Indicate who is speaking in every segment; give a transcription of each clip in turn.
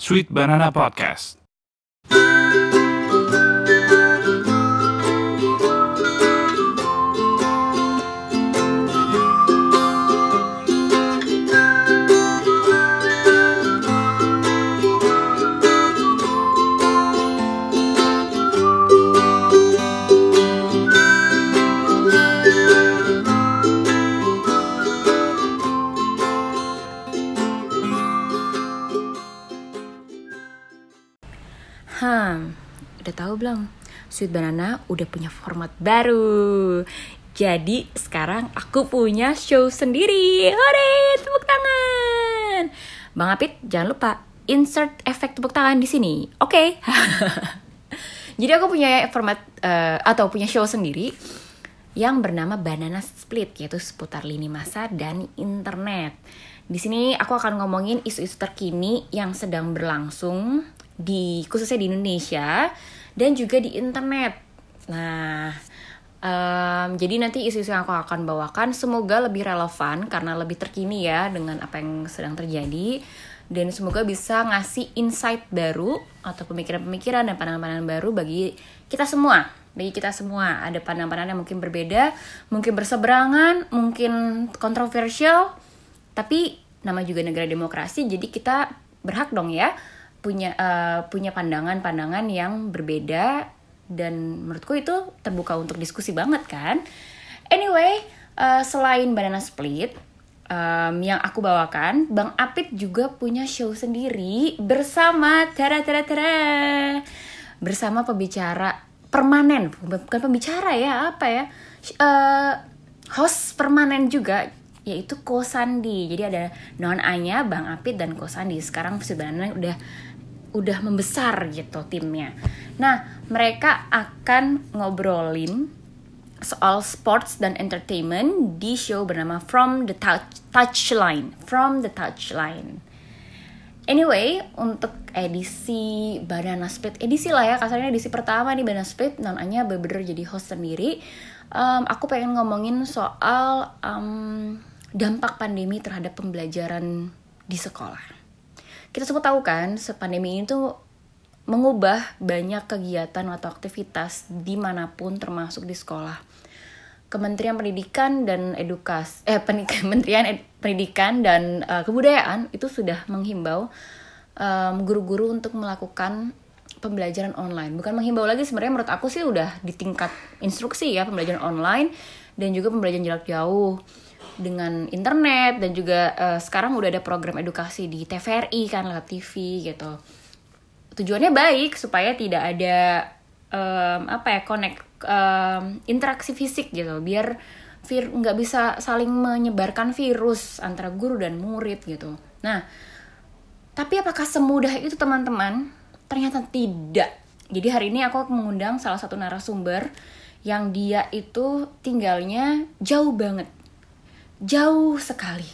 Speaker 1: Sweet Banana Podcast.
Speaker 2: Udah tahu belum? Sweet Banana udah punya format baru. Jadi sekarang aku punya show sendiri. Hore, tepuk tangan. Bang Apit, jangan lupa insert efek tepuk tangan di sini. Oke. Jadi aku punya format atau punya show sendiri yang bernama Banana Split, yaitu seputar lini masa dan internet. Di sini aku akan ngomongin isu-isu terkini yang sedang berlangsung khususnya di Indonesia dan juga di internet. Nah, jadi nanti isu-isu yang aku akan bawakan semoga lebih relevan karena lebih terkini ya dengan apa yang sedang terjadi, dan semoga bisa ngasih insight baru atau pemikiran-pemikiran dan pandangan-pandangan baru bagi kita semua. Ada pandangan-pandangan yang mungkin berbeda, mungkin berseberangan, mungkin kontroversial, tapi nama juga negara demokrasi, jadi kita berhak dong ya punya pandangan-pandangan yang berbeda, dan menurutku itu terbuka untuk diskusi banget kan. Anyway, selain Banana Split yang aku bawakan, Bang Apit juga punya show sendiri bersama bersama pembicara permanen, bukan pembicara ya, host permanen juga, yaitu Ko Sandi. Jadi ada Non Anya, Bang Apit, dan Ko Sandi. Sekarang sebenarnya udah membesar gitu timnya. Nah, mereka akan ngobrolin soal sports dan entertainment di show bernama From the Touchline. Anyway, untuk edisi Banana Split, edisi lah ya, kasarnya edisi pertama nih Banana Split, Non Anya bener-bener jadi host sendiri. Aku pengen ngomongin soal dampak pandemi terhadap pembelajaran di sekolah. Kita semua tahu kan, pandemi ini tuh mengubah banyak kegiatan atau aktivitas dimanapun, termasuk di sekolah. Kementerian Pendidikan dan Kebudayaan itu sudah menghimbau guru-guru untuk melakukan pembelajaran online. Bukan menghimbau lagi, sebenarnya menurut aku sih udah di tingkat instruksi ya, pembelajaran online dan juga pembelajaran jarak jauh dengan internet, dan juga sekarang udah ada program edukasi di TVRI kan, lewat TV gitu. Tujuannya baik supaya tidak ada interaksi fisik gitu, biar nggak bisa saling menyebarkan virus antara guru dan murid gitu. Nah, tapi apakah semudah itu teman-teman? Ternyata tidak. Jadi hari ini aku mengundang salah satu narasumber yang dia itu tinggalnya jauh banget. Jauh sekali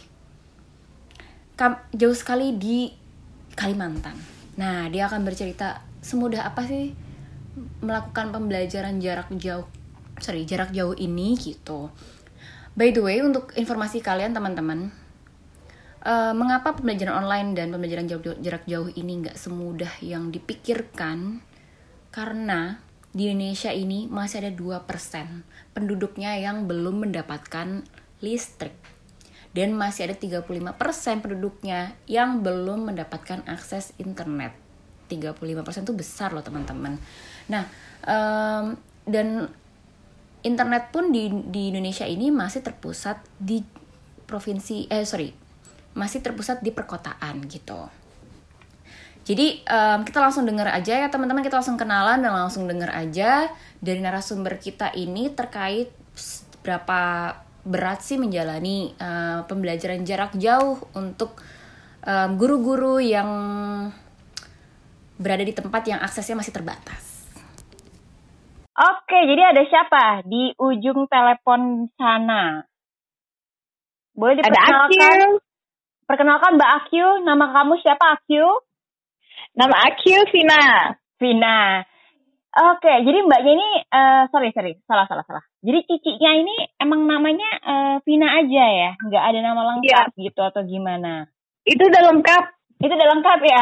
Speaker 2: di Kalimantan. Nah, dia akan bercerita semudah apa sih melakukan pembelajaran jarak jauh ini gitu. By the way, untuk informasi kalian teman-teman, mengapa pembelajaran online dan pembelajaran jarak jauh ini nggak semudah yang dipikirkan? Karena di Indonesia ini masih ada 2% penduduknya yang belum mendapatkan listrik, dan masih ada 35% penduduknya yang belum mendapatkan akses internet. 35% itu besar loh teman-teman. Nah, dan internet pun di Indonesia ini masih terpusat di masih terpusat di perkotaan gitu. Jadi kita langsung dengar aja ya teman-teman, kita langsung kenalan dan langsung dengar aja dari narasumber kita ini terkait berapa berat sih menjalani pembelajaran jarak jauh untuk guru-guru yang berada di tempat yang aksesnya masih terbatas.
Speaker 3: Oke, jadi ada siapa di ujung telepon sana? Boleh diperkenalkan? Perkenalkan Mbak Akyu, nama kamu siapa Akyu?
Speaker 4: Nama Akyu Vina.
Speaker 3: Oke, jadi mbaknya ini, salah. Jadi cicinya ini emang namanya Vina aja ya? Nggak ada nama lengkap gitu atau gimana?
Speaker 4: Itu udah lengkap
Speaker 3: ya?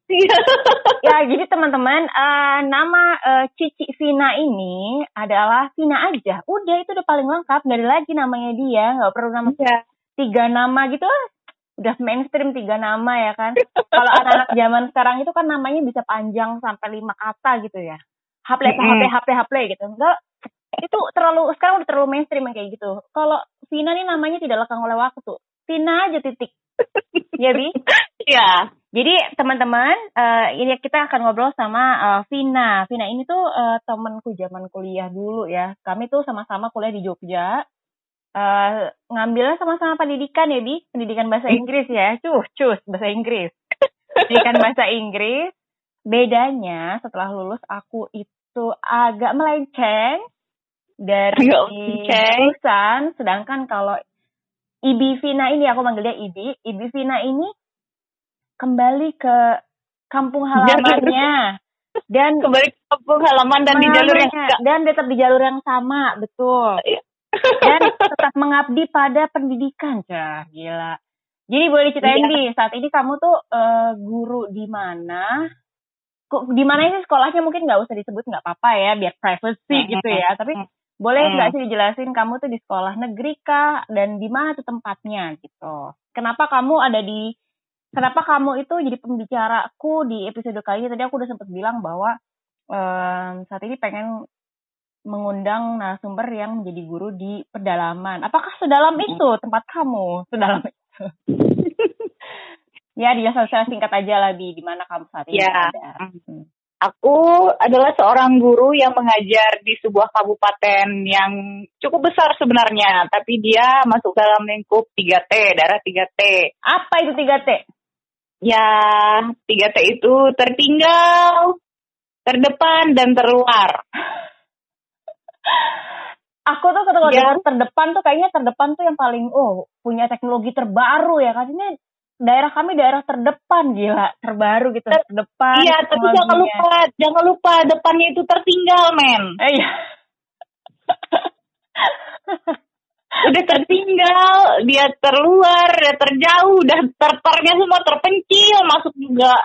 Speaker 3: Ya, jadi teman-teman, nama Cici Vina ini adalah Vina aja. Udah, itu udah paling lengkap. Nggak ada lagi namanya dia. Nggak perlu nama 3 nama gitu. Udah mainstream 3 nama ya kan. Kalau anak-anak zaman sekarang itu kan namanya bisa panjang sampai 5 kata gitu ya. HP gitu. Enggak, itu sekarang udah terlalu mainstream kayak gitu. Kalau Vina nih namanya tidak lekang oleh waktu. Vina aja titik. Ya, Bi?
Speaker 4: Iya.
Speaker 3: Jadi teman-teman, ini kita akan ngobrol sama Vina. Vina ini tuh temanku zaman kuliah dulu ya. Kami tuh sama-sama kuliah di Jogja. Ngambilnya sama-sama pendidikan ya, Bi? Pendidikan bahasa Inggris ya. Cus, bahasa Inggris. Pendidikan bahasa Inggris. Bedanya setelah lulus aku itu agak melenceng dari jurusan. Sedangkan kalau Ibi Vina ini, aku manggilnya Ibi Vina ini kembali ke kampung halamannya dan
Speaker 4: kembali ke kampung halaman dan di jalur yang
Speaker 3: dan tetap di jalur yang sama, betul. Dan tetap mengabdi pada pendidikan, gila. Jadi boleh diceritain Bi, saat ini kamu tuh guru di mana? Di mana sih sekolahnya, mungkin nggak usah disebut, nggak apa-apa ya, biar privacy gitu ya. Tapi boleh nggak sih dijelasin kamu tuh di sekolah negeri kah, dan di mana tuh tempatnya gitu? Kenapa kamu itu jadi pembicaraku di episode kali ini? Tadi aku udah sempat bilang bahwa saat ini pengen mengundang narasumber yang menjadi guru di pedalaman. Apakah sedalam itu tempat kamu? Sedalam itu? Ya, dijelaskan singkat aja lah, Bi. Di mana kamu saat ini ada?
Speaker 4: Aku adalah seorang guru yang mengajar di sebuah kabupaten yang cukup besar sebenarnya, tapi dia masuk dalam lingkup 3T, daerah 3T.
Speaker 3: Apa itu 3T?
Speaker 4: Ya, 3T itu tertinggal, terdepan, dan terluar.
Speaker 3: Aku tuh kalau dengar terdepan tuh kayaknya terdepan tuh yang paling punya teknologi terbaru ya. Katanya daerah kami daerah terdepan, gila, terbaru gitu, terdepan.
Speaker 4: Iya, tapi jangan lupa depannya itu tertinggal, men.
Speaker 3: Iya.
Speaker 4: Udah tertinggal, dia terluar, dia terjauh, udah terternya semua terpencil, masuk juga.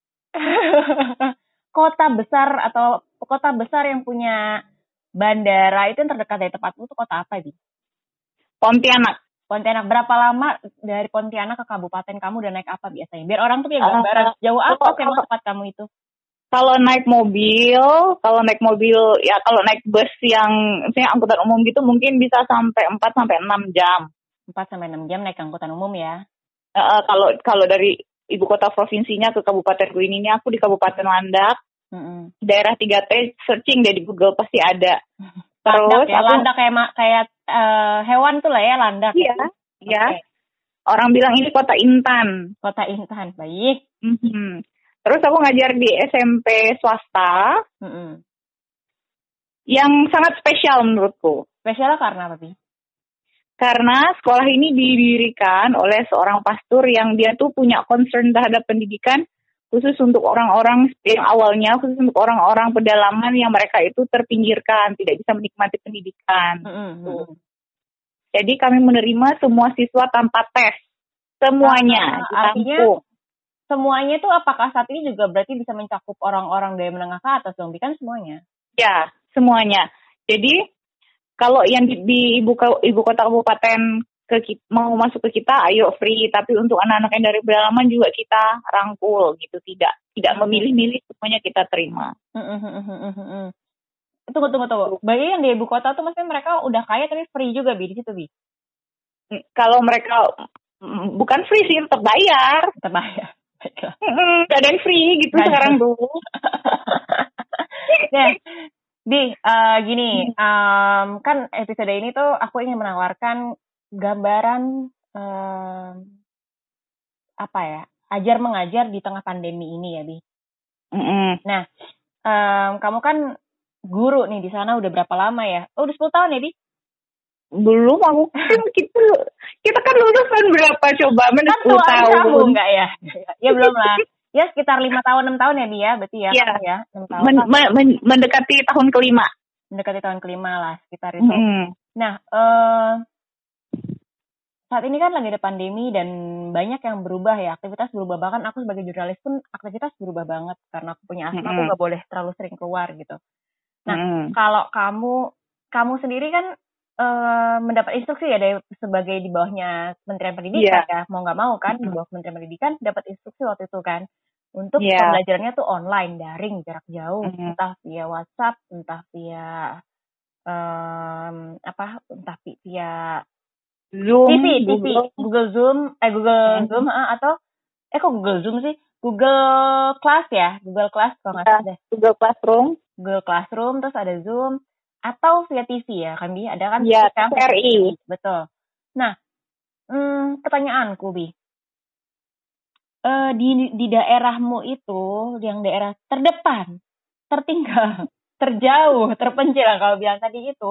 Speaker 3: Kota besar yang punya bandara itu yang terdekat dari tempatmu tuh kota apa, Bi?
Speaker 4: Pontianak.
Speaker 3: Berapa lama dari Pontianak ke kabupaten kamu dan naik apa biasanya? Biar orang tuh punya gambaran jauh apa sih tempat kamu itu?
Speaker 4: Kalau naik mobil ya, kalau naik bus yang misalnya angkutan umum gitu mungkin bisa sampai 4 sampai 6 jam.
Speaker 3: 4 sampai 6 jam naik angkutan umum ya.
Speaker 4: Kalau dari ibu kota provinsinya ke kabupaten ini aku di Kabupaten Landak. Daerah 3T, searching deh di Google pasti ada.
Speaker 3: Terus landak kayak hewan tuh lah ya, landak.
Speaker 4: Iya. Iya. Okay. Orang bilang ini kota Intan.
Speaker 3: Kota Intan, baik.
Speaker 4: Terus aku ngajar di SMP swasta. Yang sangat spesial menurutku.
Speaker 3: Spesial karena apa, Bi?
Speaker 4: Karena sekolah ini didirikan oleh seorang pastor yang dia tuh punya concern terhadap pendidikan, khusus untuk orang-orang yang awalnya, khusus untuk orang-orang pedalaman yang mereka itu terpinggirkan, tidak bisa menikmati pendidikan. Jadi kami menerima semua siswa tanpa tes, semuanya.
Speaker 3: Artinya semuanya itu apakah saat ini juga berarti bisa mencakup orang-orang dari menengah ke atas dong, kan semuanya?
Speaker 4: Ya, semuanya. Jadi kalau yang di ibu kota kabupaten mau masuk ke kita, ayo free. Tapi untuk anak-anak yang dari pedalaman juga kita rangkul gitu, tidak memilih-milih, semuanya kita terima.
Speaker 3: Tunggu. Bagi yang di ibu kota tuh maksudnya mereka udah kaya tapi free juga, Bi, di situ, Bi?
Speaker 4: Kalau mereka bukan free sih, tetap bayar. Gak ada yang free gitu sekarang tuh.
Speaker 3: Nah, Bi, gini, kan episode ini tuh aku ingin menawarkan gambaran ajar mengajar di tengah pandemi ini ya, Bi. Nah, kamu kan guru nih di sana udah berapa lama ya? Udah 10 tahun ya, Bi?
Speaker 4: Belum, aku kan kita kan lulusan berapa coba? 10 tahun.
Speaker 3: Kamu enggak ya? Ya belum lah. Ya sekitar 5 tahun 6 tahun ya, Bi ya, berarti ya.
Speaker 4: Iya.
Speaker 3: Ya, 6 tahun.
Speaker 4: Mendekati tahun kelima.
Speaker 3: Mendekati tahun kelima lah sekitar itu. Nah, saat ini kan lagi ada pandemi dan banyak yang berubah ya, aktivitas berubah. Bahkan aku sebagai jurnalis pun aktivitas berubah banget karena aku punya asma, aku nggak boleh terlalu sering keluar gitu. Nah, kalau kamu sendiri kan mendapat instruksi ya dari sebagai di bawahnya Kementerian Pendidikan ya, mau nggak mau kan di bawah Kementerian Pendidikan dapat instruksi waktu itu kan untuk pembelajarannya tuh online, daring, jarak jauh, entah via WhatsApp, entah via entah via
Speaker 4: Zoom,
Speaker 3: Google Zoom, atau kok Google Zoom sih? Google Class ya, Google Class kalau nggak salah deh. Google Classroom, terus ada Zoom, atau via TV ya, kan Bi? Ada kan?
Speaker 4: Iya, TVRI.
Speaker 3: Betul. Nah, pertanyaanku Bi, di daerahmu itu, yang daerah terdepan, tertinggal, terjauh, terpencil kalau bilang tadi itu,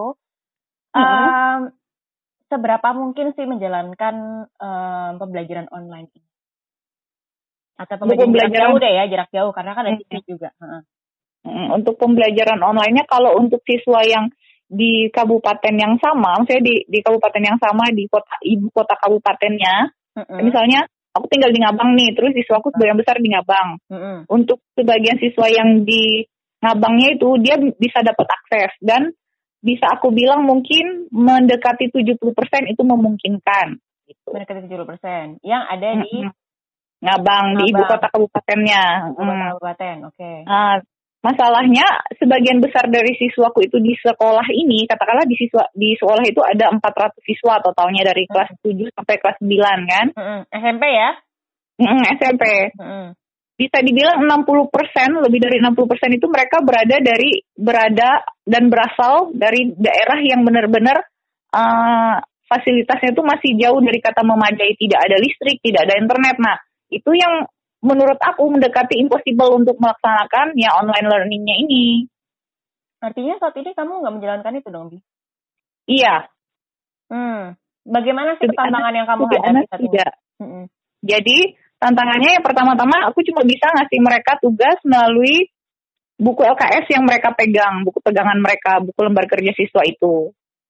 Speaker 3: seberapa mungkin sih menjalankan pembelajaran online ini? Atau pembelajaran jarak jauh deh ya, jarak jauh, karena kan ada TV juga.
Speaker 4: Untuk pembelajaran online-nya, kalau untuk siswa yang di kabupaten yang sama, maksudnya di kabupaten yang sama, di ibu kota kabupatennya, misalnya aku tinggal di Ngabang nih, terus siswaku sebagian besar di Ngabang. Untuk sebagian siswa yang di Ngabangnya itu, dia bisa dapat akses, dan bisa aku bilang mungkin mendekati 70% itu memungkinkan. Gitu.
Speaker 3: Mendekati 70%. Yang ada di
Speaker 4: Ngabang, di ibu kota kabupatennya.
Speaker 3: Ibu kota kabupaten, oke.
Speaker 4: Masalahnya sebagian besar dari siswaku itu di sekolah ini, katakanlah di sekolah itu ada 400 siswa totalnya dari kelas 7 sampai kelas 9 kan.
Speaker 3: SMP ya?
Speaker 4: SMP. Bisa dibilang 60%, lebih dari 60% itu mereka berada dan berasal dari daerah yang benar-benar fasilitasnya itu masih jauh dari kata memadai, tidak ada listrik, tidak ada internet. Nah, itu yang menurut aku mendekati impossible untuk melaksanakan ya online learning-nya ini.
Speaker 3: Artinya saat ini kamu nggak menjalankan itu dong, Bi?
Speaker 4: Iya.
Speaker 3: Bagaimana sih tantangan yang kamu hadapi saat ini?
Speaker 4: Jadi tantangannya yang pertama-tama aku cuma bisa ngasih mereka tugas melalui buku LKS yang mereka pegang, buku pegangan mereka, buku lembar kerja siswa itu.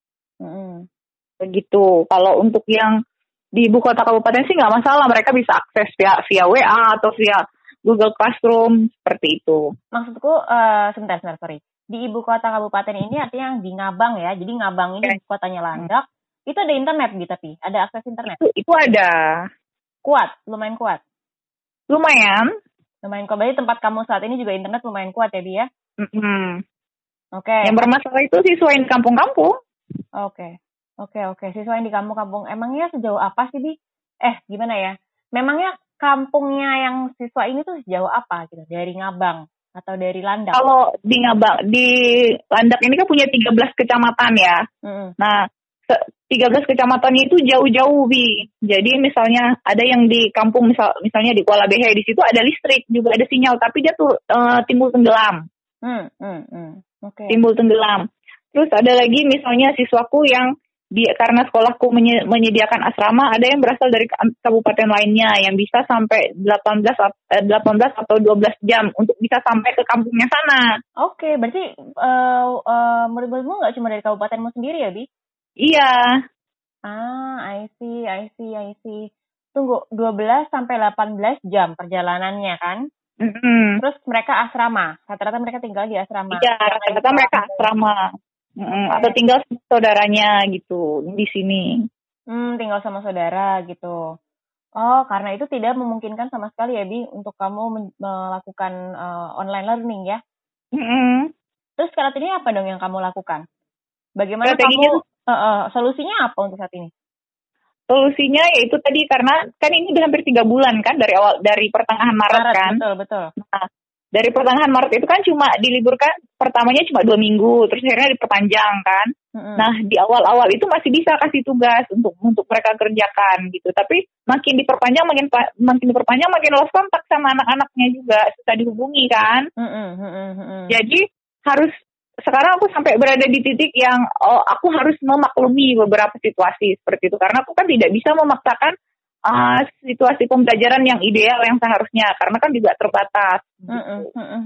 Speaker 4: Begitu. Kalau untuk yang di ibu kota kabupaten sih nggak masalah, mereka bisa akses via WA atau via Google Classroom seperti itu.
Speaker 3: Maksudku sebentar sorry. Di ibu kota kabupaten ini artinya yang di Ngabang ya. Jadi Ngabang ini ibu kotanya Landak. Itu ada internet gitu, tapi ada akses internet.
Speaker 4: Itu ada.
Speaker 3: Lumayan kuat.
Speaker 4: Lumayan kuat.
Speaker 3: Berarti tempat kamu saat ini juga internet lumayan kuat ya, Bi ya? Oke.
Speaker 4: Yang bermasalah itu siswa yang di kampung-kampung.
Speaker 3: Oke. Siswa yang di kampung-kampung, emangnya sejauh apa sih, Bi? Gimana ya? Memangnya kampungnya yang siswa ini tuh sejauh apa gitu? Dari Ngabang atau dari Landak?
Speaker 4: Kalau di Ngabang, di Landak ini kan punya 13 kecamatan ya. Nah, 13 kecamatannya itu jauh-jauh, Bi. Jadi misalnya ada yang di kampung, misalnya di Kuala Behe, di situ ada listrik, juga ada sinyal, tapi dia tuh timbul tenggelam. Timbul tenggelam. Terus ada lagi misalnya siswaku yang karena sekolahku menyediakan asrama, ada yang berasal dari kabupaten lainnya yang bisa sampai 18 atau 12 jam untuk bisa sampai ke kampungnya sana.
Speaker 3: Oke, berarti murid-muridmu nggak cuma dari kabupatenmu sendiri ya, Bi?
Speaker 4: Iya.
Speaker 3: I see. Tunggu, 12 sampai 18 jam perjalanannya kan? Terus mereka asrama, rata-rata mereka tinggal di asrama.
Speaker 4: Iya, rata-rata mereka asrama. Atau tinggal sama saudaranya gitu di sini.
Speaker 3: Tinggal sama saudara gitu. Oh, karena itu tidak memungkinkan sama sekali ya, Bi, untuk kamu melakukan online learning ya? Terus saat ini apa dong yang kamu lakukan? Bagaimana kamu, solusinya apa untuk saat ini?
Speaker 4: Solusinya yaitu tadi, karena kan ini udah hampir 3 bulan kan dari pertengahan Maret kan.
Speaker 3: Betul.
Speaker 4: Nah, dari pertengahan Maret itu kan cuma diliburkan, pertamanya cuma 2 minggu, terus akhirnya diperpanjang kan. Nah, di awal-awal itu masih bisa kasih tugas untuk mereka kerjakan gitu. Tapi makin diperpanjang makin lost kontak sama anak-anaknya juga, susah dihubungi kan. Jadi sekarang aku sampai berada di titik yang aku harus memaklumi beberapa situasi seperti itu, karena aku kan tidak bisa memaksakan situasi pembelajaran yang ideal yang seharusnya, karena kan juga terbatas.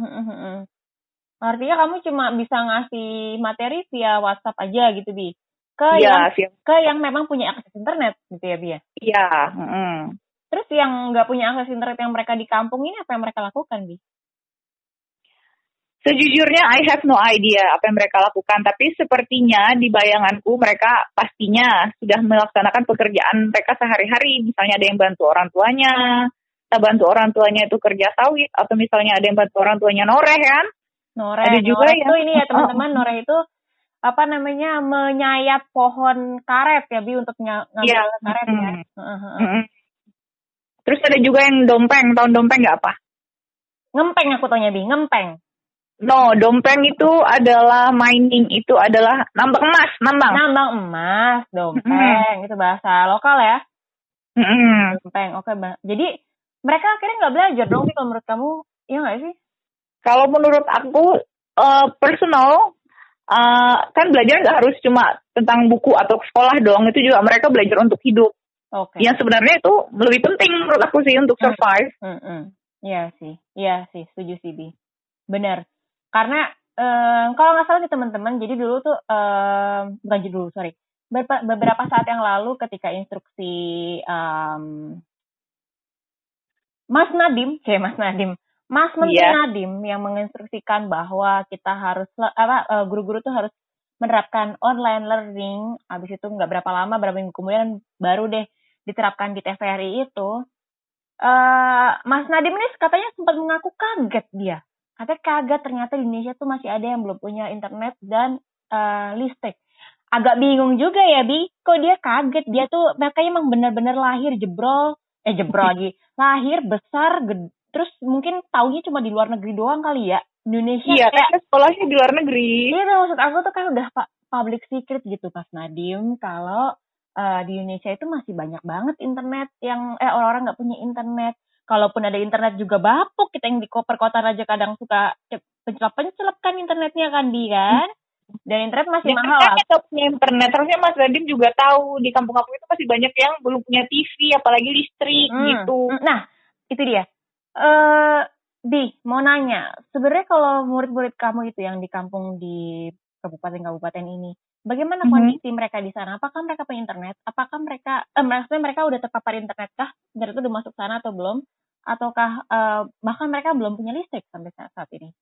Speaker 3: Artinya kamu cuma bisa ngasih materi via WhatsApp aja gitu, Bi? ke yang memang punya akses internet gitu ya, Bi ya?
Speaker 4: Iya.
Speaker 3: Terus yang nggak punya akses internet yang mereka di kampung ini apa yang mereka lakukan, Bi?
Speaker 4: Sejujurnya I have no idea apa yang mereka lakukan, tapi sepertinya di bayanganku mereka pastinya sudah melaksanakan pekerjaan mereka sehari-hari. Misalnya ada yang bantu orang tuanya, bantu orang tuanya itu kerja sawit, atau misalnya ada yang bantu orang tuanya noreh kan?
Speaker 3: Noreh, ada juga noreh itu ini ya teman-teman, noreh itu apa namanya menyayat pohon karet ya, Bi, untuk ngambil karet ya.
Speaker 4: Terus ada juga yang dompeng, tahun dompeng nggak apa?
Speaker 3: Ngempeng aku taunya, Bi, ngempeng.
Speaker 4: No, dompeng itu adalah mining, itu adalah nambang emas,
Speaker 3: Nambang emas, dompeng, itu bahasa lokal ya. Dompeng, oke, Bang. Jadi mereka akhirnya nggak belajar dong, Bi, kalau menurut kamu, iya nggak sih?
Speaker 4: Kalau menurut aku personal, kan belajar nggak harus cuma tentang buku atau sekolah dong, itu juga mereka belajar untuk hidup. Yang sebenarnya itu lebih penting menurut aku sih untuk survive.
Speaker 3: Iya sih, setuju sih, Bi. Benar. Karena kalau nggak salah nih teman-teman, jadi dulu tuh beberapa saat yang lalu ketika instruksi Mas Menteri Nadiem yang menginstruksikan bahwa kita harus guru-guru tuh harus menerapkan online learning. Habis itu nggak berapa lama, berapa minggu kemudian baru deh diterapkan di TVRI itu. Mas Nadiem ini katanya sempat mengaku kaget dia. Katanya kaget ternyata di Indonesia tuh masih ada yang belum punya internet dan listrik. Agak bingung juga ya, Bi. Kok dia kaget? Dia tuh makanya emang benar-benar lahir jebrol lagi. Lahir besar, terus mungkin taunya cuma di luar negeri doang kali ya. Indonesia
Speaker 4: kayak sekolahnya di luar negeri.
Speaker 3: Iya, maksud aku tuh kan udah public secret gitu Mas Nadiem kalau di Indonesia itu masih banyak banget internet yang orang-orang nggak punya internet. Kalaupun ada internet juga bapuk, kita yang di perkotaan aja kadang suka pencelap-pencelap kan internetnya kan, Di kan. Dan internet masih mahal.
Speaker 4: Kita punya internet, harusnya Mas Nadiem juga tahu di kampung aku itu masih banyak yang belum punya TV, apalagi listrik gitu.
Speaker 3: Nah, itu dia. Bi, mau nanya, sebenarnya kalau murid-murid kamu itu yang di kampung di kabupaten-kabupaten ini, bagaimana kondisi mereka di sana? Apakah mereka punya internet? Apakah maksudnya mereka udah terpapar internet kah? Internet itu udah masuk sana atau belum? Ataukah bahkan mereka belum punya listrik sampai saat ini?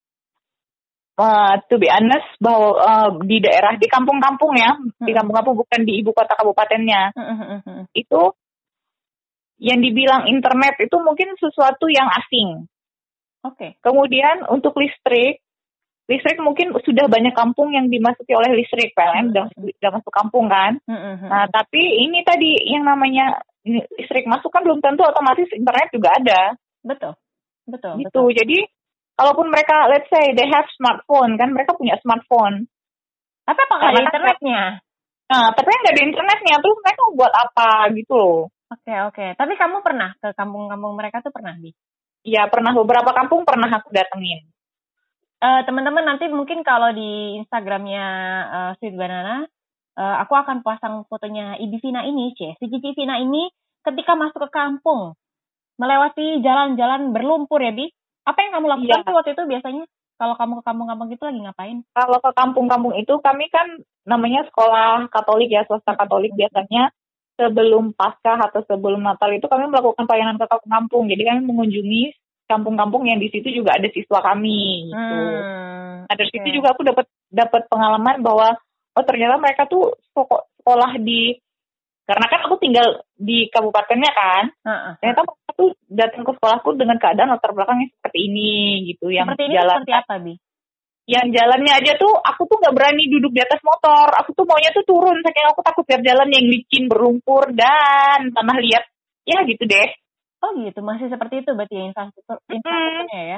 Speaker 4: To be honest, bahwa di daerah, di kampung-kampung ya, di kampung-kampung bukan di ibu kota kabupatennya, itu yang dibilang internet itu mungkin sesuatu yang asing. Kemudian untuk listrik mungkin sudah banyak kampung yang dimasuki oleh listrik, PLN udah masuk kampung kan. Nah, tapi ini tadi yang namanya listrik masuk kan belum tentu otomatis internet juga ada.
Speaker 3: Betul.
Speaker 4: Gitu. Jadi kalaupun mereka, let's say they have smartphone, kan mereka punya smartphone.
Speaker 3: Tapi apakah ada internetnya?
Speaker 4: Nah, tapi nggak ada internetnya, terus mereka mau buat apa gitu loh.
Speaker 3: Oke. Tapi kamu pernah ke kampung-kampung mereka tuh pernah, Bi?
Speaker 4: Iya, pernah. Beberapa kampung pernah aku datengin.
Speaker 3: Teman-teman nanti mungkin kalau di Instagramnya Sweet Banana, aku akan pasang fotonya Ibi Vina ini, si Cici Vina ini ketika masuk ke kampung, melewati jalan-jalan berlumpur ya, Bi? Apa yang kamu lakukan tuh waktu itu biasanya? Kalau kamu ke kampung-kampung itu lagi ngapain?
Speaker 4: Kalau ke kampung-kampung itu, kami kan namanya sekolah Katolik ya, swasta Katolik biasanya. Sebelum Paskah atau sebelum Natal itu kami melakukan pelayanan ke kampung-kampung. Jadi kami mengunjungi kampung-kampung yang di situ juga ada siswa kami gitu. Nah, dari situ juga aku dapat pengalaman bahwa ternyata mereka tuh sekolah di, karena kan aku tinggal di kabupatennya kan. Ternyata mereka tuh datang ke sekolahku dengan keadaan latar belakangnya seperti ini gitu. Yang
Speaker 3: seperti ini jalan, seperti apa, Bi?
Speaker 4: Yang jalannya aja tuh aku tuh nggak berani duduk di atas motor, aku tuh maunya tuh turun saking aku takut lihat jalan yang licin, berlumpur dan tanah liat ya gitu deh.
Speaker 3: Oh gitu, masih seperti itu berarti ya infrastrukturnya ya.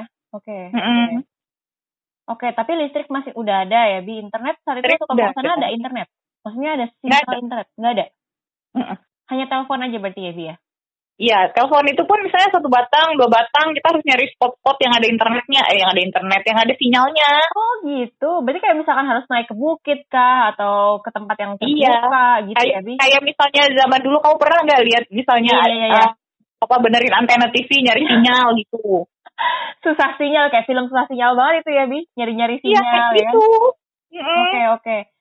Speaker 3: Oke, tapi listrik masih udah ada ya, Bi. Internet saat itu ke kampung sana ada internet, maksudnya ada sinyal internet? Nggak ada. Hanya telepon aja berarti ya, Bi ya?
Speaker 4: Iya, telepon itu pun misalnya 1 batang, 2 batang, kita harus nyari spot-spot yang ada internetnya, yang ada internet, yang ada sinyalnya.
Speaker 3: Oh gitu, berarti kayak misalkan harus naik ke bukit kah, atau ke tempat yang terbuka gitu ya, Bi?
Speaker 4: Kayak misalnya zaman dulu kamu pernah nggak lihat misalnya benerin antena TV, nyari sinyal gitu.
Speaker 3: Susah sinyal, kayak film susah sinyal banget itu ya, Bi? Nyari-nyari sinyal
Speaker 4: kayak gitu.
Speaker 3: Oke.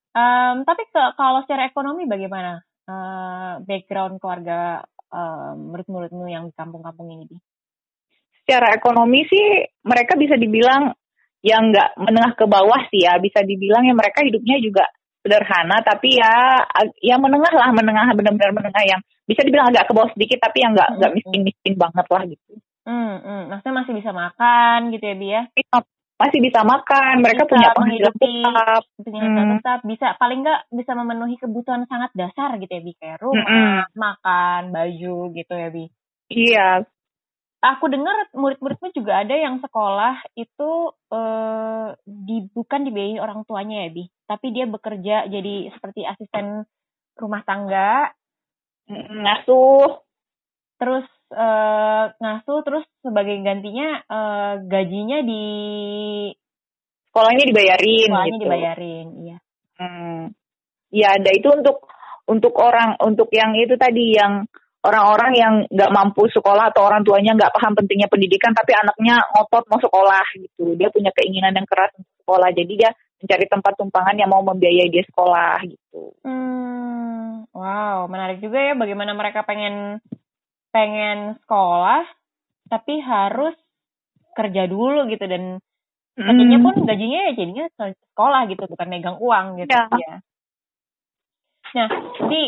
Speaker 3: Tapi kalau secara ekonomi bagaimana background keluarga murid-muridmu yang di kampung-kampung ini, Bi?
Speaker 4: Secara ekonomi sih mereka bisa dibilang yang nggak menengah ke bawah sih ya, bisa dibilang ya mereka hidupnya juga sederhana, tapi ya menengah lah, menengah, benar-benar menengah, yang bisa dibilang agak ke bawah sedikit, tapi yang nggak miskin-miskin banget lah gitu.
Speaker 3: Maksudnya masih bisa makan gitu ya, Bi ya?
Speaker 4: Masih bisa makan, mereka
Speaker 3: bisa
Speaker 4: punya penghasilan
Speaker 3: tetap, bisa paling nggak bisa memenuhi kebutuhan sangat dasar gitu ya, Bi, kayak rumah, makan, baju gitu ya, Bi.
Speaker 4: Iya.
Speaker 3: Aku dengar murid-muridmu juga ada yang sekolah itu bukan dibiayai orang tuanya ya, Bi, tapi dia bekerja jadi seperti asisten rumah tangga,
Speaker 4: ngasuh,
Speaker 3: terus terus sebagai gantinya gajinya di
Speaker 4: sekolahnya dibayarin.
Speaker 3: Iya.
Speaker 4: Ya, ada itu untuk yang itu tadi, yang orang-orang yang nggak mampu sekolah atau orang tuanya nggak paham pentingnya pendidikan, tapi anaknya ngotot mau sekolah gitu. Dia punya keinginan yang keras untuk sekolah, jadi dia mencari tempat tumpangan yang mau membiayai dia sekolah gitu.
Speaker 3: Wow, menarik juga ya bagaimana mereka pengen sekolah, tapi harus kerja dulu gitu, dan kerjanya pun gajinya ya jadinya sekolah gitu, bukan megang uang gitu ya. Nah, jadi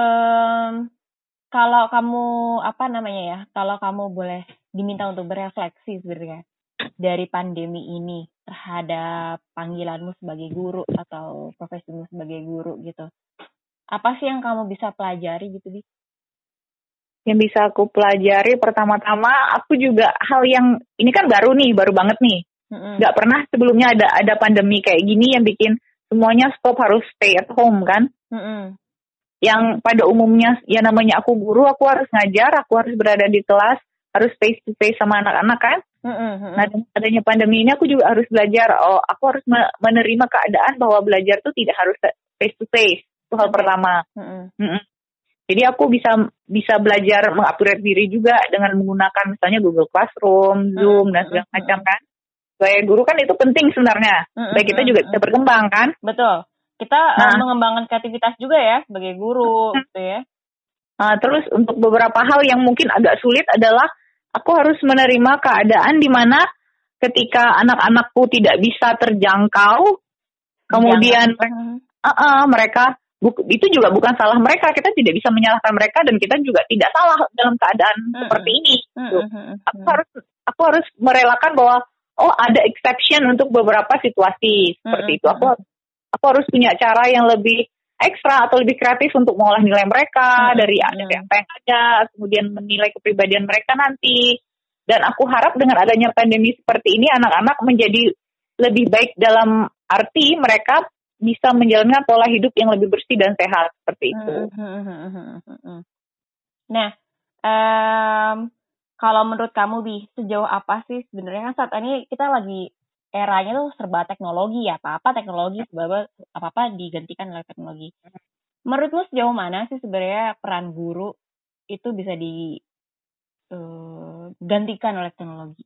Speaker 3: kalau kamu kalau kamu boleh diminta untuk berefleksi sebenarnya dari pandemi ini terhadap panggilanmu sebagai guru atau profesimu sebagai guru gitu, apa sih yang kamu bisa pelajari gitu, Bi?
Speaker 4: Yang bisa aku pelajari, pertama-tama aku juga hal yang ini kan baru banget nih. Nggak pernah sebelumnya ada pandemi kayak gini yang bikin semuanya stop, harus stay at home kan. Yang pada umumnya ya namanya aku guru, aku harus ngajar, aku harus berada di kelas, harus face to face sama anak-anak kan. Nah, dengan adanya pandemi ini aku juga harus belajar, aku harus menerima keadaan bahwa belajar tuh tidak harus face to face. Itu hal pertama. Jadi aku bisa belajar mengupgrade diri juga dengan menggunakan misalnya Google Classroom, Zoom, dan segala macam kan. Sebagai guru kan itu penting sebenarnya. Supaya kita juga bisa berkembang kan.
Speaker 3: Betul. Kita mengembangkan kreativitas juga ya sebagai guru gitu ya.
Speaker 4: Terus untuk beberapa hal yang mungkin agak sulit adalah aku harus menerima keadaan di mana ketika anak-anakku tidak bisa terjangkau, kemudian mereka itu juga bukan salah mereka, kita tidak bisa menyalahkan mereka, dan kita juga tidak salah dalam keadaan seperti ini. Aku harus merelakan bahwa ada exception untuk beberapa situasi seperti itu. Aku harus punya cara yang lebih ekstra atau lebih kreatif untuk mengolah nilai mereka dari apa yang ada, kemudian menilai kepribadian mereka nanti. Dan aku harap dengan adanya pandemi seperti ini, anak-anak menjadi lebih baik dalam arti mereka bisa menjalankan pola hidup yang lebih bersih dan sehat seperti itu.
Speaker 3: Nah, kalau menurut kamu, Bi, sejauh apa sih sebenarnya kan saat ini kita lagi eranya tuh serba teknologi ya, apa-apa teknologi, apa-apa digantikan oleh teknologi. Menurutmu sejauh mana sih sebenarnya peran guru itu bisa digantikan oleh teknologi?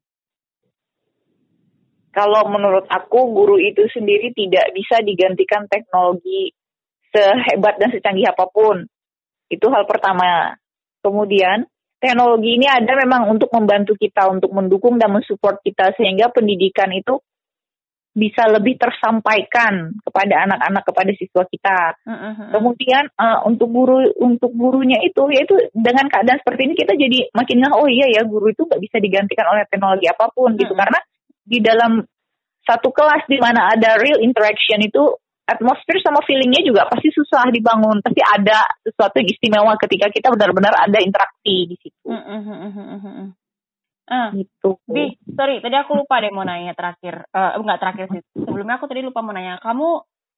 Speaker 4: Kalau menurut aku, guru itu sendiri tidak bisa digantikan teknologi sehebat dan secanggih apapun. Itu hal pertama. Kemudian, teknologi ini ada memang untuk membantu kita, untuk mendukung dan mensupport kita, sehingga pendidikan itu bisa lebih tersampaikan kepada anak-anak, kepada siswa kita. Kemudian untuk gurunya itu, yaitu dengan keadaan seperti ini kita jadi makin guru itu nggak bisa digantikan oleh teknologi apapun gitu, karena di dalam satu kelas di mana ada real interaction itu, atmosfer sama feelingnya juga pasti susah dibangun. Pasti ada sesuatu yang istimewa ketika kita benar-benar ada interaksi di situ. Gitu.
Speaker 3: Bi, sorry, tadi aku lupa deh mau nanya terakhir. Enggak terakhir sih. Sebelumnya aku tadi lupa mau nanya. Kamu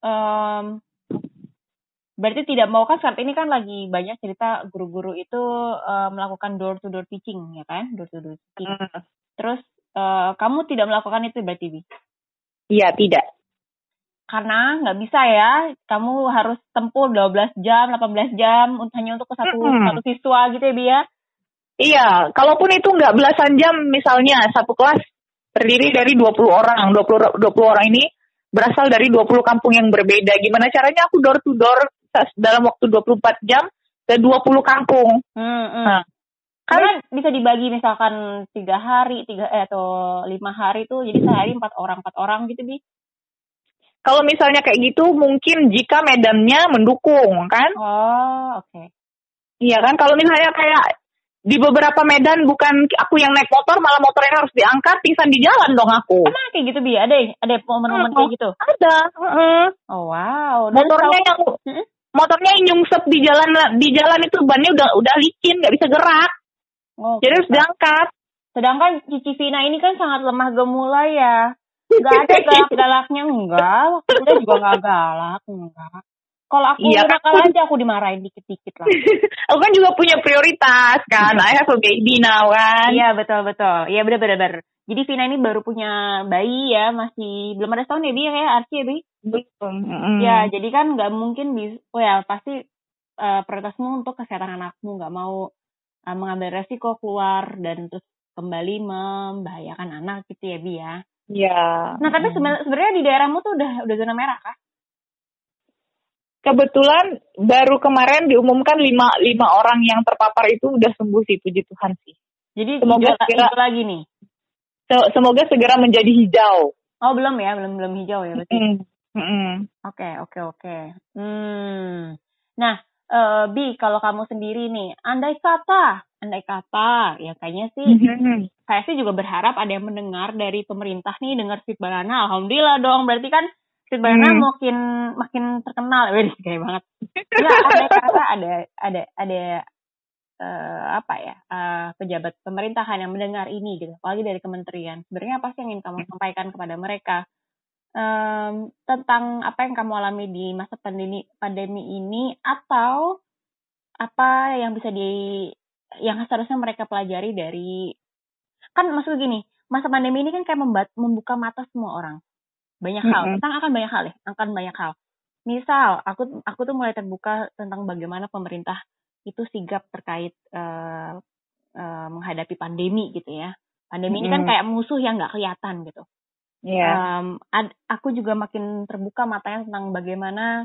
Speaker 3: berarti tidak mau kan, saat ini kan lagi banyak cerita guru-guru itu melakukan door-to-door teaching, ya kan? Door-to-door teaching. Terus kamu tidak melakukan itu berarti, Bi?
Speaker 4: Iya, tidak.
Speaker 3: Karena nggak bisa ya, kamu harus tempuh 12 jam, 18 jam hanya untuk satu siswa gitu ya, Bi ya?
Speaker 4: Iya, kalaupun itu nggak belasan jam, misalnya satu kelas terdiri dari 20 orang. 20 orang ini berasal dari 20 kampung yang berbeda. Gimana caranya aku door to door dalam waktu 24 jam ke 20 kampung. Nah,
Speaker 3: karena bisa dibagi misalkan 3 hari, atau 5 hari tuh, jadi sehari 4 orang gitu, Bi.
Speaker 4: Kalau misalnya kayak gitu, mungkin jika medannya mendukung, kan?
Speaker 3: Oh, oke.
Speaker 4: Iya kan, kalau misalnya kayak di beberapa medan bukan aku yang naik motor, malah motornya harus diangkat, pingsan di jalan dong aku.
Speaker 3: Emang kayak gitu, Bi? Ada momen-momen kayak gitu?
Speaker 4: Ada.
Speaker 3: Oh, wow.
Speaker 4: Motornya yang nyungsep di jalan itu bannya udah licin, nggak bisa gerak. Jadi harus diangkat. Sedangkan
Speaker 3: Cici Vina ini kan sangat lemah gemula ya. Gak ada galak-galaknya, enggak. Waktu kuliah juga gak galak, enggak. Kalau aku nakal aja aku dimarahin dikit-dikit lah.
Speaker 4: Aku kan juga punya prioritas kan. I have a baby now kan.
Speaker 3: Iya, betul. Iya, benar. Jadi Vina ini baru punya bayi ya, masih belum ada setahun ya, Bi, kayak Archie ya, Bi?
Speaker 4: Belum.
Speaker 3: Ya, jadi kan gak mungkin pasti prioritasmu untuk kesehatan anakmu, gak mau mengambil resiko keluar dan terus kembali membahayakan anak gitu ya, Bi ya.
Speaker 4: Iya.
Speaker 3: Nah, tapi sebenarnya di daerahmu tuh udah zona merah kah?
Speaker 4: Kebetulan baru kemarin diumumkan 5 orang yang terpapar itu udah sembuh sih, puji Tuhan sih.
Speaker 3: Jadi semoga segera lagi nih.
Speaker 4: Semoga segera menjadi hijau.
Speaker 3: Oh, belum ya, belum hijau ya berarti. Oke. Nah, Bi, kalau kamu sendiri nih, andai kata, ya kayaknya sih, saya sih juga berharap ada yang mendengar dari pemerintah nih, dengar Sweet Banana, alhamdulillah dong, berarti kan Sweet Banana makin terkenal, kayak banget. Ya, andai kata ada pejabat pemerintahan yang mendengar ini gitu, apalagi dari kementerian, sebenarnya apa sih yang ingin kamu sampaikan kepada mereka? Tentang apa yang kamu alami di masa pandemi ini, atau apa yang bisa yang seharusnya mereka pelajari dari, kan maksud gini, masa pandemi ini kan kayak membuka mata semua orang banyak hal, akan banyak hal. Misal aku tuh mulai terbuka tentang bagaimana pemerintah itu sigap terkait menghadapi pandemi gitu ya. Pandemi ini kan kayak musuh yang nggak kelihatan gitu.
Speaker 4: Yeah.
Speaker 3: Aku juga makin terbuka matanya tentang bagaimana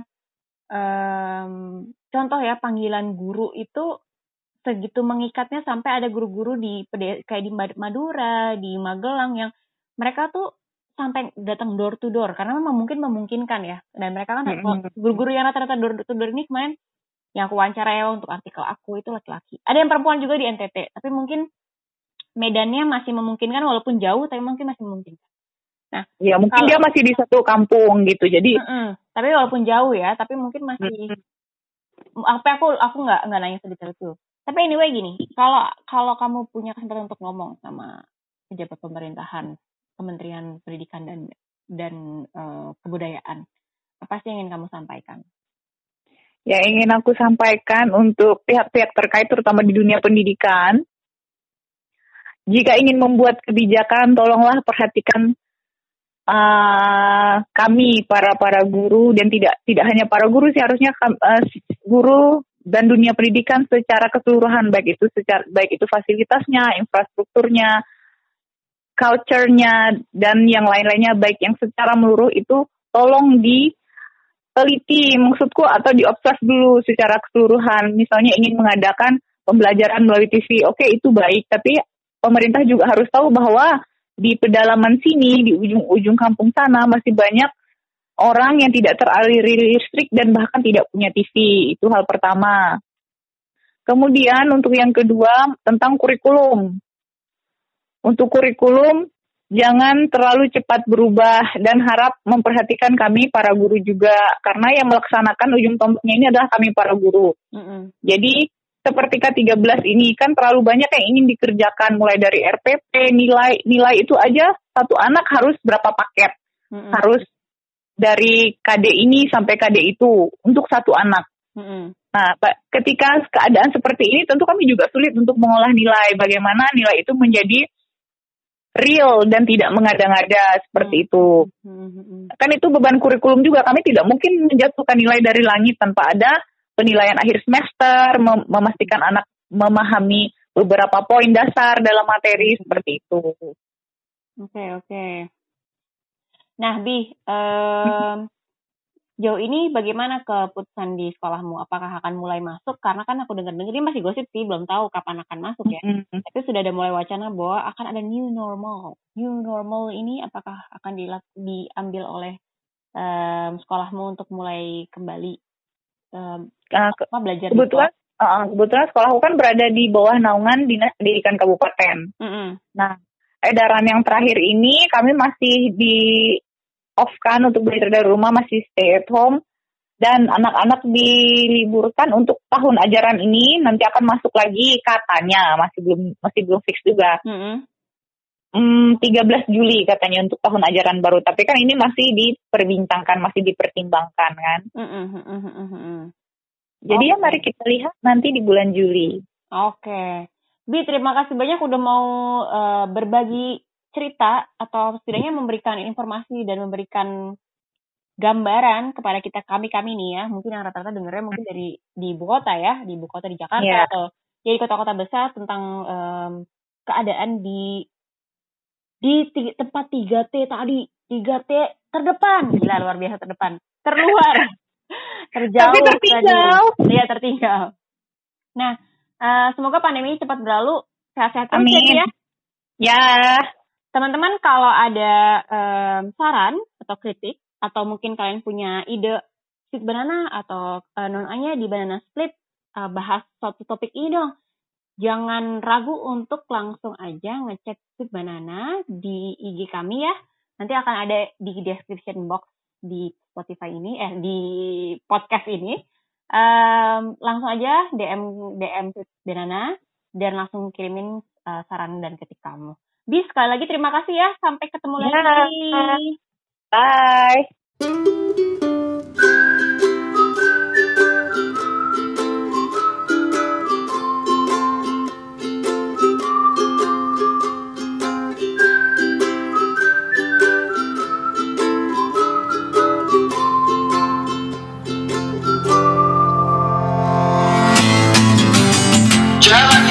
Speaker 3: contoh ya, panggilan guru itu segitu mengikatnya sampai ada guru-guru kayak di Madura, di Magelang yang mereka tuh sampai datang door to door karena memang memungkinkan ya. Dan mereka kan guru-guru yang rata-rata door to door ini kemarin yang aku wawancara ya untuk artikel aku itu laki-laki. Ada yang perempuan juga di NTT, tapi mungkin medannya masih memungkinkan walaupun jauh, tapi mungkin masih memungkinkan. Nah,
Speaker 4: ya mungkin dia masih di satu kampung gitu, jadi.
Speaker 3: Tapi walaupun jauh ya, tapi mungkin masih. Aku nggak nanya sedetail itu. Tapi anyway gini, kalau kamu punya kesempatan untuk ngomong sama pejabat pemerintahan, Kementerian Pendidikan dan Kebudayaan, apa sih yang ingin kamu sampaikan?
Speaker 4: Ya, ingin aku sampaikan untuk pihak-pihak terkait, terutama di dunia pendidikan. Jika ingin membuat kebijakan, tolonglah perhatikan kami para guru, dan tidak hanya para guru sih, harusnya guru dan dunia pendidikan secara keseluruhan, baik itu fasilitasnya, infrastrukturnya, culture-nya, dan yang lain-lainnya, baik yang secara menyeluruh itu tolong diteliti, maksudku, atau diobserv dulu secara keseluruhan. Misalnya ingin mengadakan pembelajaran melalui TV, oke, itu baik, tapi pemerintah juga harus tahu bahwa di pedalaman sini, di ujung-ujung kampung sana, masih banyak orang yang tidak teraliri listrik dan bahkan tidak punya TV. Itu hal pertama. Kemudian untuk yang kedua, tentang kurikulum. Untuk kurikulum, jangan terlalu cepat berubah dan harap memperhatikan kami para guru juga. Karena yang melaksanakan ujung tombaknya ini adalah kami para guru. Jadi, seperti K13 ini kan terlalu banyak yang ingin dikerjakan, mulai dari RPP, nilai itu aja satu anak harus berapa paket, harus dari KD ini sampai KD itu untuk satu anak. Nah, ketika keadaan seperti ini tentu kami juga sulit untuk mengolah nilai, bagaimana nilai itu menjadi real dan tidak mengada-ngada seperti itu. Kan itu beban kurikulum juga, kami tidak mungkin menjatuhkan nilai dari langit tanpa ada penilaian akhir semester, memastikan anak memahami beberapa poin dasar dalam materi seperti itu.
Speaker 3: Oke. Nah, Bi, jauh ini bagaimana keputusan di sekolahmu? Apakah akan mulai masuk? Karena kan aku dengar-dengar ini masih gosip sih, belum tahu kapan akan masuk ya. Tapi sudah ada mulai wacana bahwa akan ada new normal. New normal ini apakah akan diambil oleh sekolahmu untuk mulai kembali belajar?
Speaker 4: Kebetulan sekolahku kan berada di bawah naungan Dinas Pendidikan Kabupaten. Nah, edaran yang terakhir ini kami masih di off-kan untuk belajar dari rumah, masih stay at home, dan anak-anak diliburkan untuk tahun ajaran ini. Nanti akan masuk lagi katanya, masih belum fix juga. 13 Juli katanya untuk tahun ajaran baru, tapi kan ini masih diperbincangkan, masih dipertimbangkan kan. Jadi ya mari kita lihat nanti di bulan Juli.
Speaker 3: Oke. Bi, terima kasih banyak udah mau berbagi cerita atau setidaknya memberikan informasi dan memberikan gambaran kepada kami nih ya, mungkin yang rata-rata dengernya mungkin di ibu kota ya, di ibu kota di Jakarta atau di kota-kota besar tentang keadaan di tempat 3T tadi, 3T terdepan, gila luar biasa terdepan, terluar, terjauh,
Speaker 4: tapi tertinggal.
Speaker 3: Iya tertinggal. Nah, semoga pandemi ini cepat berlalu, sehat-sehat terus ya.
Speaker 4: Ya.
Speaker 3: Teman-teman kalau ada saran atau kritik atau mungkin kalian punya ide Sweet Banana atau non-anya di Banana Split bahas suatu topik ini dong. Jangan ragu untuk langsung aja ngecek Sweet Banana di IG kami ya. Nanti akan ada di description box di Spotify ini, di podcast ini. Langsung aja DM Sweet Banana dan langsung kirimin saran dan kritik kamu. Bis, sekali lagi terima kasih ya. Sampai ketemu lagi.
Speaker 4: Bye.
Speaker 1: Jalan